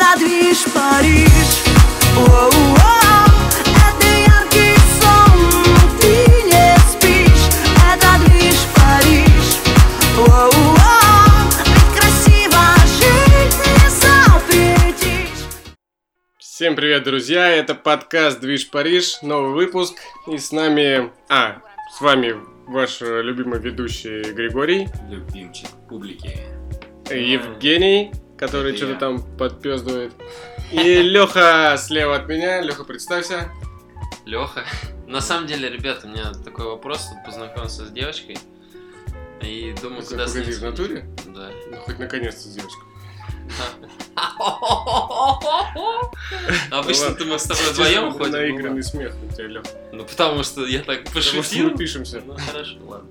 Это движ Париж. Это яркий сон, ты не спишь. Это движ Париж. Ведь красиво жить не запретишь. Всем привет, друзья! Это подкаст «Движ Париж», новый выпуск. И с нами... с вами ваш любимый ведущий Григорий. Любимчик публики. Евгений, который Это что-то я. там подпёздывает. И Лёха слева от меня. Лёха, представься. Лёха. На самом деле, ребята, у меня такой вопрос. Тут познакомился с девочкой. И думаю, куда с ней Погоди, в сходить. натуре? Да. Ну, хоть наконец-то с девочкой. Обычно мы с тобой вдвоем ходим. Наигранный смех у тебя, Лёха. Ну потому что я так Потому что мы пошутил. пишемся. Ну хорошо, ладно.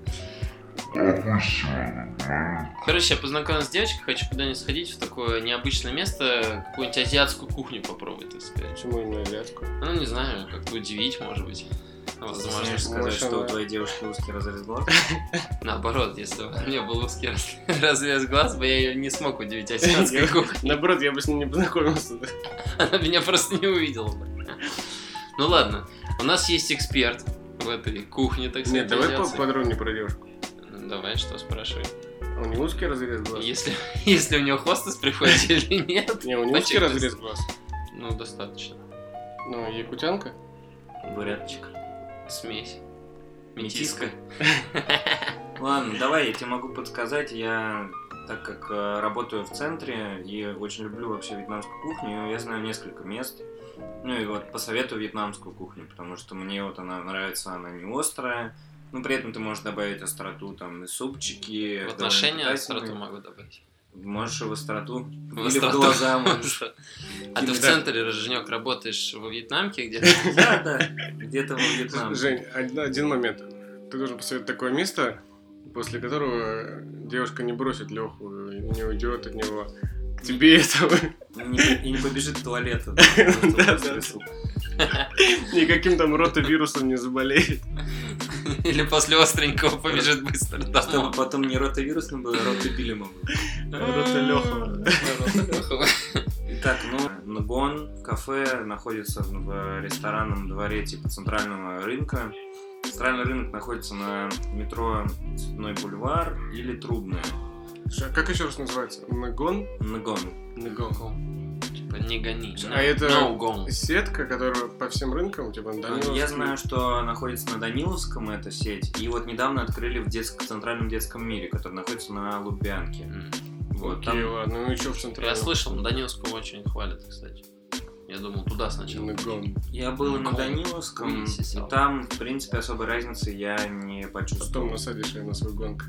Короче, я познакомился с девочкой, хочу куда-нибудь сходить в такое необычное место, какую-нибудь азиатскую кухню попробовать, так сказать. Почему именно азиатскую? Ну, не знаю, как-то удивить, может быть. Возможно. Можешь сказать, Может, что у она- твоей девушки узкий разрез глаз? Наоборот, если бы у меня был узкий разрез глаз, бы я ее не смог удивить азиатской кухней. Наоборот, я бы с ним не познакомился. Она меня просто не увидела бы. Ну ладно, у нас есть эксперт в этой кухне, так сказать. Нет, давай азиатской. подробнее про девушку. Ну, давай, что спрашивай. У нее узкий разрез глаз? Если у него хостес приходит или нет. Не, у нее узкий Почему? разрез глаз. Ну, достаточно. Ну, якутянка? Буряточка. Смесь. Метиска. Метиска. Ладно, давай, я тебе могу подсказать. Я, так как работаю в центре и очень люблю вообще вьетнамскую кухню, я знаю несколько мест. Ну и вот посоветую вьетнамскую кухню, потому что мне вот она нравится, она не острая. Но при этом ты можешь добавить остроту, там, и супчики. В отношения довольно остроту питательные. могу добавить. Можешь и в остроту. В Или остроту. в глаза можешь. А ты в Да. центре, Роженек, работаешь во Вьетнамке где-то? Да, где-то во Вьетнаме. Жень, один момент. Ты должен посоветовать такое место, после которого девушка не бросит Леху и не уйдет от него. К тебе этого И не побежит в туалет. Да. никаким там ротавирусом не заболеет. Или после остренького побежит быстро Чтобы домой? потом не ротавирусным было, а ротабилемом. Роталёхова. Итак, Нгон кафе находится в ресторанном дворе типа центрального рынка. Центральный рынок находится на метро Цветной бульвар или Трубная. Как еще раз называется? Нгон? Нгон. Нгон. Типа не гони. А это No go. сетка, которая по всем рынкам, типа на Даниловске? Я знаю, что находится на Даниловском эта сеть. И вот недавно открыли в центральном детском мире, который находится на Лубянке. Вот, Окей, там ладно, ну еще в Я центральном. слышал, Даниловского очень хвалят, кстати. Я думал, туда сначала. Нгон. я был на Нгон. Даниловском, Ой, и там, в принципе, особой разницы я не Потом почувствовал. насадишь ее на свой гонг.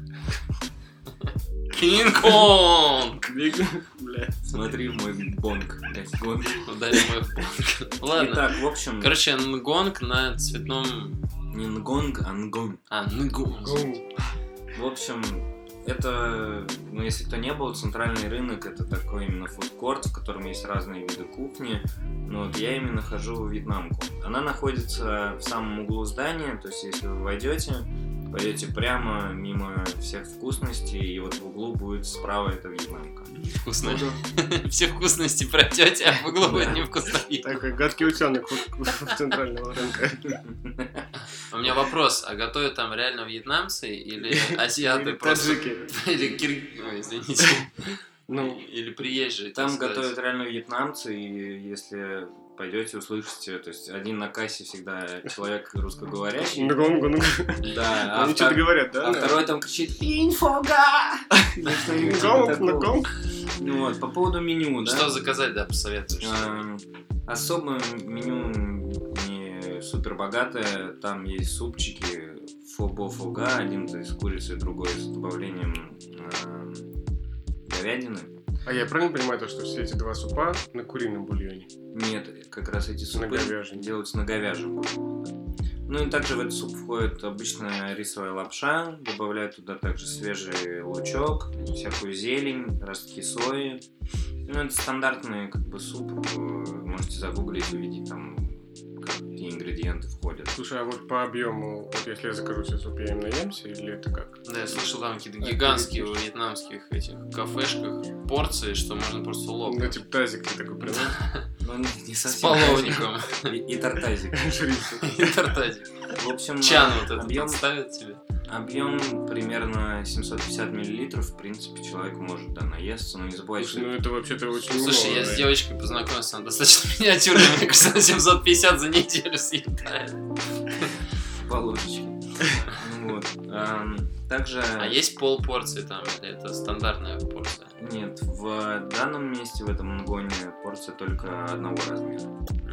Кинг-Конг! Бля. Смотри в мой бонг, блядь, гонг. Ударил мой в бонг. Ладно. Итак, в общем, Короче, Нгонг на цветном... не нгонг, а нгон. Нгонг. В общем, это, если кто не был, центральный рынок, это такой именно фудкорт, в котором есть разные виды кухни. Но вот я именно хожу в вьетнамку. Она находится в самом углу здания, то есть если вы пойдете прямо мимо всех вкусностей, и вот в углу будет справа это вьетнамка. Вкусно. Все вкусности пройдете, а в углу будет невкусно. Такой гадкий утенок в центрального рынка. У меня вопрос, а готовят там реально вьетнамцы или азиаты Или просто? таджики. Или Ой, извините. Ну, Или приезжие. Там так сказать. готовят реально вьетнамцы, и если пойдете, услышите, то есть один на кассе всегда человек русскоговорящий. нгон. Да, Они что-то говорят, да? а второй там кричит «Инфога!» Ну, что-нибудь типа Нгон, такого. нгон. Ну вот, по поводу меню, да? Что заказать, да, посоветуешь? Особо меню не супер богатое, там есть супчики фобо-фога, один то есть с курицей, другой с добавлением говядины. А я правильно понимаю, то, что все эти два супа на курином бульоне? Нет, как раз эти супы говяжьем. делаются на говяжьем. Ну и также в этот суп входит обычная рисовая лапша, добавляют туда также свежий лучок, всякую зелень, ростки сои. Ну это стандартный как бы суп, вы можете загуглить, увидеть там какие ингредиенты входят. Слушай, а вот по объему, вот если я закажу себе суп, я им наемся или это как? Да, я слышал, там какие-то гигантские в вьетнамских этих кафешках порции, что можно просто Ну, лопнуть. типа тазик ты такой приносишь. Ну, не С совсем. половником. И тартазик. Шрифт. И тартазик. В общем, Чан вот этот объем подставят тебе. примерно 750 миллилитров. В принципе, человек может, да, наесться, но не забывайте, Слушай, ну это вообще-то очень много. Слушай, я с да. девочкой познакомился, она достаточно миниатюрная, мне кажется, на 750 за неделю съедает. по ложечке. Ну вот. Также... А есть полпорции там, или это стандартная порция? Нет, в данном месте, в этом мангоне, порция только одного размера.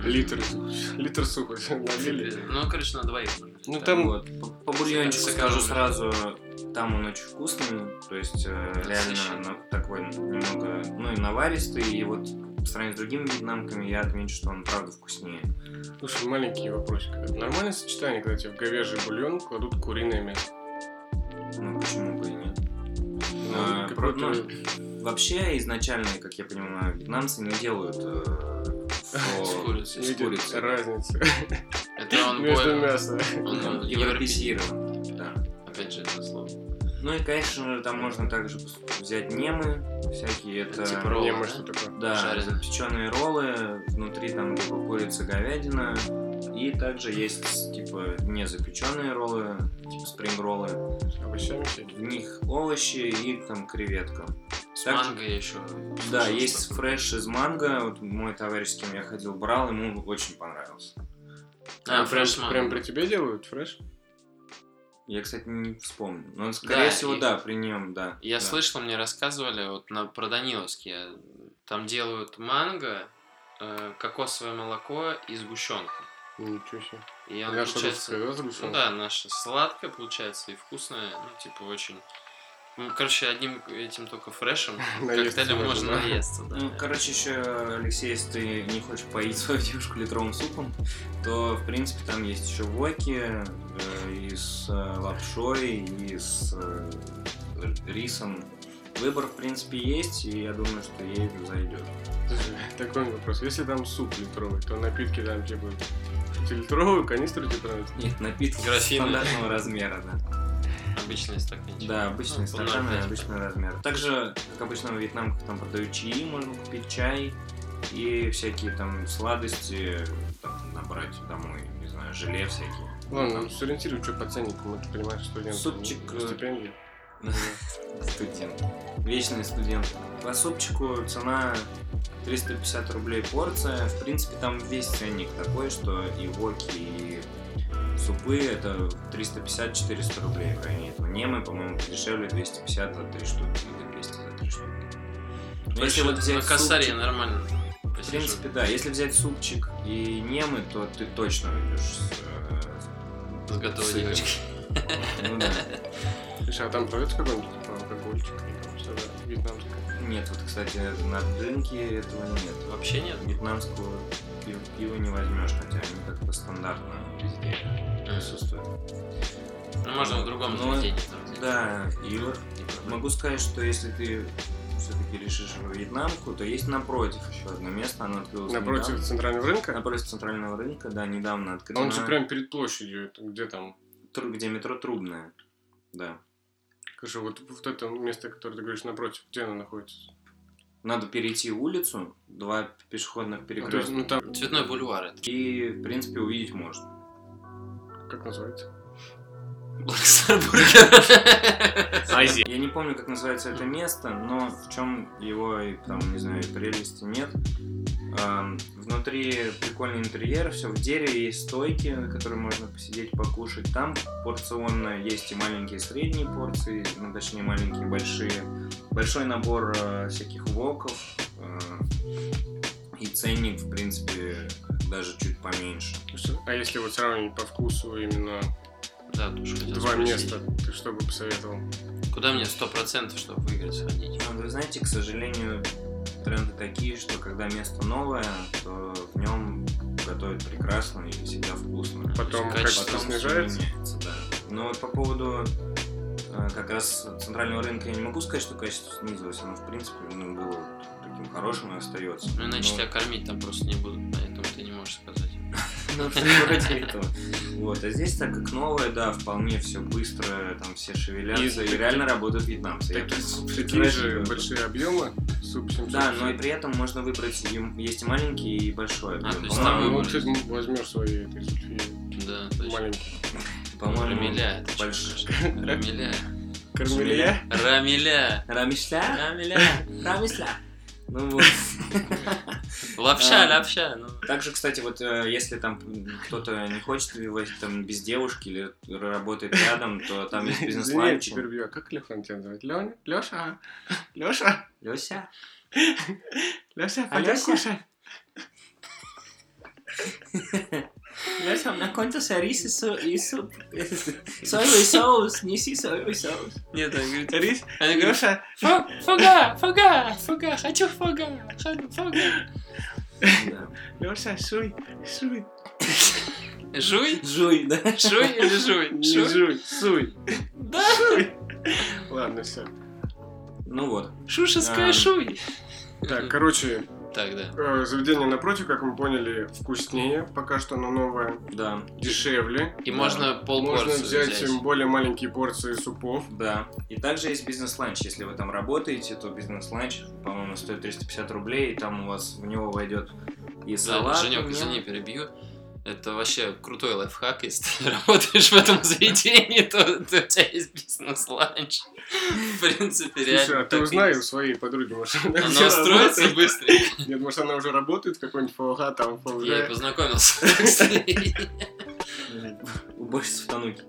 Литр супа налили. Ну, короче, на двоих. Ну там Вот. По бульончику Сэкономили. скажу сразу, там он очень вкусный, то есть реально такой немного, ну и наваристый, и вот по сравнению с другими вьетнамками я отмечу, что он правда вкуснее. Слушай, маленький вопросик. Это нормальное сочетание, когда тебе в говяжий бульон кладут куриное мясо? Ну почему бы и нет? Ну, какой-то- Вообще изначально, как я понимаю, вьетнамцы не делают С курицей. с Видит курицей. разницу Это он между бойл. мясом. Он европеизирован, да. Опять же, это слово. Ну и, конечно же, там можно также взять немы всякие, это... Типа роллы, Нема, да? что такое? Да, Жареные. запеченные роллы, внутри там либо курица, говядина, и также есть типа не запеченные роллы, типа спринг-роллы, С овощами в всякими. них овощи и там креветка. С Также- манго я еще. Да, слышал, есть что- фреш из манго, вот мой товарищ, с кем я ходил, брал, ему очень понравился. А, Прям фреш манго. прям при тебе делают фреш? Я, кстати, не вспомню, но скорее всего, и- да, при нем, да. Я да. слышал, мне рассказывали вот про Даниловске. Там делают манго, кокосовое молоко и сгущенку. Ничего себе. И он Наша получается... русская, да, Ну сгущенка? да, наша сладкая получается и вкусная, ну типа очень... Ну, короче, одним этим только фрешем Наесться коктейлем можно, можно да? наесться, да. Ну, короче, еще, Алексей, если ты не хочешь поить свою девушку литровым супом, то, в принципе, там есть еще воки и с лапшой, и с рисом. Выбор, в принципе, есть, и я думаю, что ей зайдет. Слушай, такой вопрос. Если там суп литровый, то напитки там типа 5-литровую канистру тебе нравится? Нет, напитки Графины. стандартного размера, да. Обычные стаканчики. Да, обычные Ну, по стаканы, 0,5. обычного размера. Также, как обычно в Вьетнамках, там продают чаи, можно купить чай и всякие там сладости, там, набрать домой, не знаю, желе всякие. Ладно, сориентируй, что по ценнику, мы понимаем, что студент. Супчик, Стипендия. Студент. Вечный студент. По супчику цена 350 рублей порция. В принципе, там весь ценник такой, что и воки, и супы это 350-400 рублей в районе этого. Немы, по-моему, дешевле 250 за 3 штуки или 200 за 3 штуки. Но если вот на взять косаре супчик, нормально в посижу. принципе, да, если взять супчик и немы, то ты точно уйдешь С готовой сытым. девочкой. Ну да. Слушай, а там продается какой-нибудь типа алкогольчик или там что-то вьетнамское? Нет, вот, кстати, на рынке этого нет. Вообще нет? Вьетнамского пива не возьмешь, хотя они как-то стандартно везде присутствуют. Ну, можно в другом Ну, заведении там взять. Да, и вот Не проблема. могу сказать, что если ты все-таки решишь в Вьетнамку, то есть напротив еще одно место, оно открылось Напротив недавно. центрального рынка? Напротив центрального рынка, да, недавно А открыто. он же прям перед площадью, это где там? Где метро Трубное, да. Скажи, вот это место, которое ты говоришь напротив, где оно находится? Надо перейти улицу, 2 пешеходных А, то есть, перекрестка, ну там, Цветной бульвар это. и, в принципе, увидеть можно. как называется? Blackstar Burger. Азия. Я не помню, как называется это место, но в чем его, там, не знаю, прелести нет. Внутри прикольный интерьер, все в дереве, есть стойки, на которые можно посидеть, покушать. Там порционно есть и маленькие, и средние порции, ну, точнее, маленькие, и большие. Большой набор всяких воков. И ценник, в принципе, даже чуть поменьше. А если вот сравнить по вкусу именно Да, тоже хотел два спросить. места, ты что бы посоветовал? Куда мне 100%, чтобы выиграть, сходить? Ну, вы знаете, к сожалению, тренды такие, что когда место новое, то в нем готовят прекрасно и всегда вкусно. Потом То есть качество Потом всё снижается? меняется, да. Но вот по поводу как раз центрального рынка я не могу сказать, что качество снизилось. Оно, в принципе, ну, было таким хорошим и остается. Ну, иначе Но- тебя кормить там просто не будут, поэтому ты не можешь сказать. Ну, что вроде этого. Вот, а здесь, так как новое, да, вполне все быстро, там все шевелятся, и реально работают вьетнамцы. Такие же большие объемы, суп 700. Да, но и при этом можно выбрать, есть и маленький, и большой объем. то есть там Ну, выбрать. ты возьмешь свои этой сульфии Да, точно. маленькие. По-моему, Рамиля, это большой. Рамиля. Кармеля? Рамиля. Рамишля? Рамиля. Рамишля. Ну вот. Лапша. Ну. Также, кстати, вот если там кто-то не хочет там без девушки или работает рядом, то там есть Извини, бизнес-ланчи. теперь бью. А как Леха тебя называть? Лёша? Лёша? Лёся? Лёша, А пойдём Лёся? кушать. Лёся, у меня кончился рис и суп. Соевый соус, неси соевый соус. Нет, он говорит, Рис? она говорит, Лёша? фуга, хочу фуга. Да. Лёша, шуй. Жуй? Жуй, да? Шуй или жуй? Не Шуй? жуй, суй. Да. Ладно, все. Ну вот. Шушеская шуй. Так, короче, Так, да. заведение напротив, как мы поняли, вкуснее, пока что оно новое, Да. дешевле. И Да. можно Можно полпорции взять более маленькие порции супов. Да. И также есть бизнес-ланч. Если вы там работаете, то бизнес-ланч, по-моему, стоит 350 рублей, и там у вас в него войдет и Да, салат. Женек, у него. извини, перебью. Это вообще крутой лайфхак, если ты работаешь в этом заведении, то у тебя есть бизнес-ланч. В принципе, реально. Слушай, а ты так и узнай у есть. своей подруги, может, она Она где устроится работает? быстрее. Нет, может, она уже работает в какой-нибудь ФОГ, там, ФОГ. Я и познакомился с ней. Уборщица в Тануке.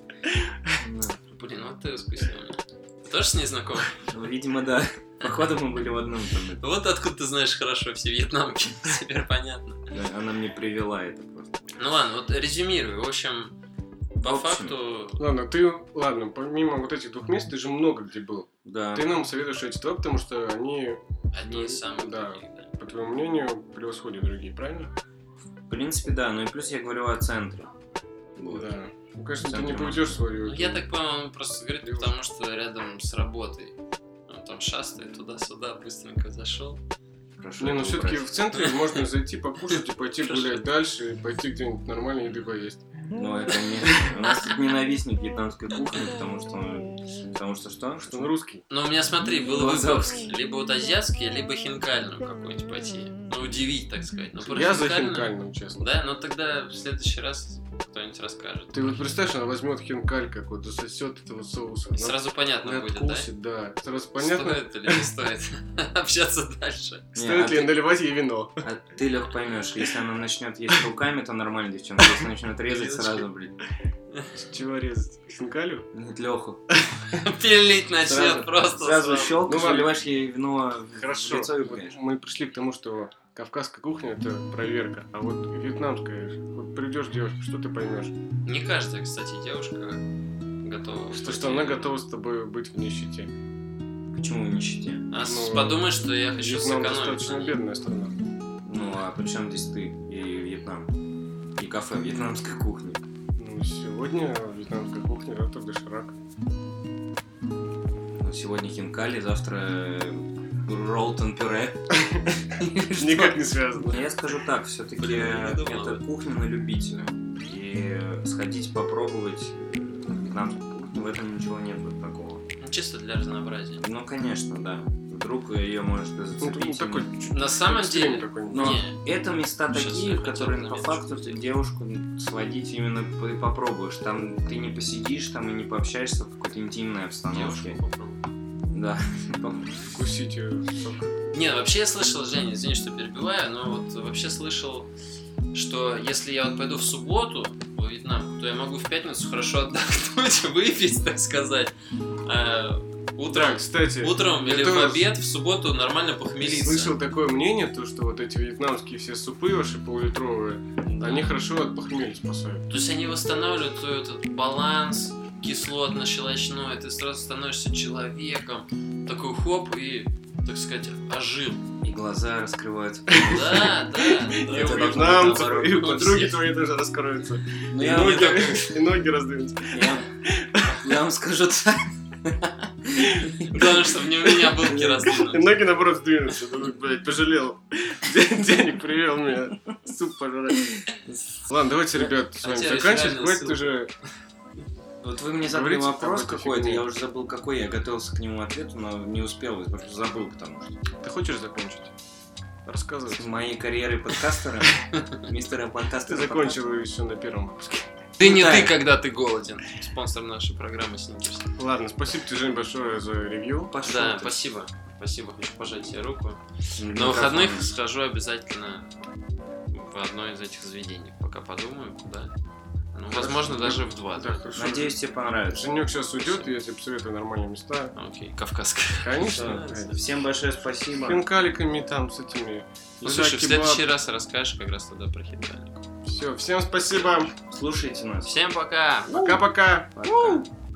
Блин, вот ты вкусный. Ты тоже с ней знаком? Ну, видимо, да. Походу мы были в одном там. Вот откуда ты знаешь хорошо все вьетнамки. Теперь понятно. Да, она мне привела это просто. Ну ладно, вот резюмирую. В общем, по В общем, факту... Ладно, помимо вот этих двух мест, ты же много где был. Да. Ты нам советуешь эти два, потому что они, Одни из самых да. других, да. по твоему мнению, превосходят другие, правильно? В принципе, да. Ну и плюс я говорю о центре. Вот. Да. Ну, кажется, ты Центр не Москвы. поведешь свою... Ну, я так понял, он просто говорит, потому что рядом с работой. Он там шастает туда-сюда, быстренько зашел. Хорошо. Не, ну это все-таки в убрать. центре можно зайти покушать и пойти Хорошо. гулять дальше, и пойти где-нибудь нормальной еды поесть. Ну, это не... У нас тут ненавистник вьетнамской кухни, потому что что? Что он русский. Ну, у меня, смотри, был выбор. Лазовский. Либо вот азиатский, либо хинкальную какую-нибудь пойти. Ну, удивить, так сказать. Ну, про Я за хинкальную- хинкальным, честно. Да, ну тогда в следующий раз кто-нибудь расскажет. Ты вот представляешь, она возьмет хинкаль какой-то, засосет этого соуса. И сразу понятно будет, да? Откусит, да. Сразу понятно, Стоит или не стоит общаться дальше. стоит Не, ли а наливать ей вино. А ты, Лех, поймешь, если она начнет есть руками, то нормально, девчонка. Если начнет резать сразу, блин. Чего резать? Хинкалю? Нет, Леху. Пилить начнет просто. Сразу сразу. щелкаешь, Ну ладно. выливаешь ей вино в Хорошо. лицо и Вот пьешь. мы пришли к тому, что кавказская кухня это проверка, а вот вьетнамская, вот придешь девушка, что ты поймешь? Не каждая, кстати, девушка готова. Что она готова с тобой быть в нищете. Почему в нищете? А Ну, подумай, что я хочу Вьетнам сэкономить. достаточно бедная страна. Ну, а при чем здесь ты и Вьетнам? И кафе вьетнамской кухни. Ну, сегодня вьетнамская кухня, завтра доширак. Ну, сегодня хинкали, завтра ролтон пюре. Никак не связано. Я скажу так, все-таки Блин, не думал об это этом. кухня на любителя. И сходить попробовать вьетнамскую кухню, в этом ничего нет вот такого. Ну, чисто для разнообразия. Ну, конечно, да. Вдруг ее может Ну, зацепить. такой именно. На самом экстрим деле, какой-нибудь. Но Не. это места Сейчас такие, я в хотел которые по заметить, факту что ты девушку сводить именно попробуешь. Там ты не посидишь, там и не пообщаешься в какой-то интимной обстановке. девушку попробуй. Да. Вкусить сок. Не, вообще я слышал, Женя, извини, что перебиваю, но вот вообще слышал, что если я вот пойду в субботу во Вьетнам, то я могу в пятницу хорошо отдохнуть, выпить, так сказать. А утром, Да, кстати, утром я или в тоже обед в субботу нормально похмелиться. слышал такое мнение, то, что вот эти вьетнамские все супы ваши полулитровые, они хорошо от похмелья спасают. То есть они восстанавливают твой этот баланс кислотно-щелочной, ты сразу становишься человеком, такой хоп и, так сказать, ожил. И глаза раскрываются. Да, да. И да. у Это вьетнамцев, наоборот. и у У подруги всех. твои тоже раскроются. Ну, И я ноги раздвинутся. вам скажу так. Главное, чтобы не у меня булки И раздвинуты. ноги, наоборот, сдвинутся. Думаю, блядь, пожалел. Денег привел меня. Суп пожрать. Ладно, давайте, ребят, с А вами тебя заканчивать. реально Хватит суп. уже... Вот вы мне задали Говорите вопрос какой-то какой-то, фигню. я уже забыл какой, я готовился к нему ответу, но не успел, просто забыл, потому что Ты хочешь закончить? Рассказывай. с моей карьерой подкастера, мистера Ты подкастера. закончил еще на первом выпуске. Ты не Да. ты, когда ты голоден. Спонсор нашей программы Сникерс. Ладно, спасибо тебе, Жень, большое за ревью. Пошел Да, ты. спасибо. Спасибо, хочу пожать тебе руку. Микрофон. На выходных схожу обязательно в одно из этих заведений. Пока подумаю, куда. Ну, возможно, даже в два. Да, хорошо. Надеюсь, тебе понравится. Женек сейчас уйдет, и я тебе посоветую нормальные места. Окей, кавказская. Конечно. Всё. Всем большое спасибо. Хинкаликами там, с этими. Ну, слушай, в следующий раз расскажешь как раз тогда про хинкалик. Все, всем спасибо. Слушайте нас. Всем пока! Пока-пока. Пока.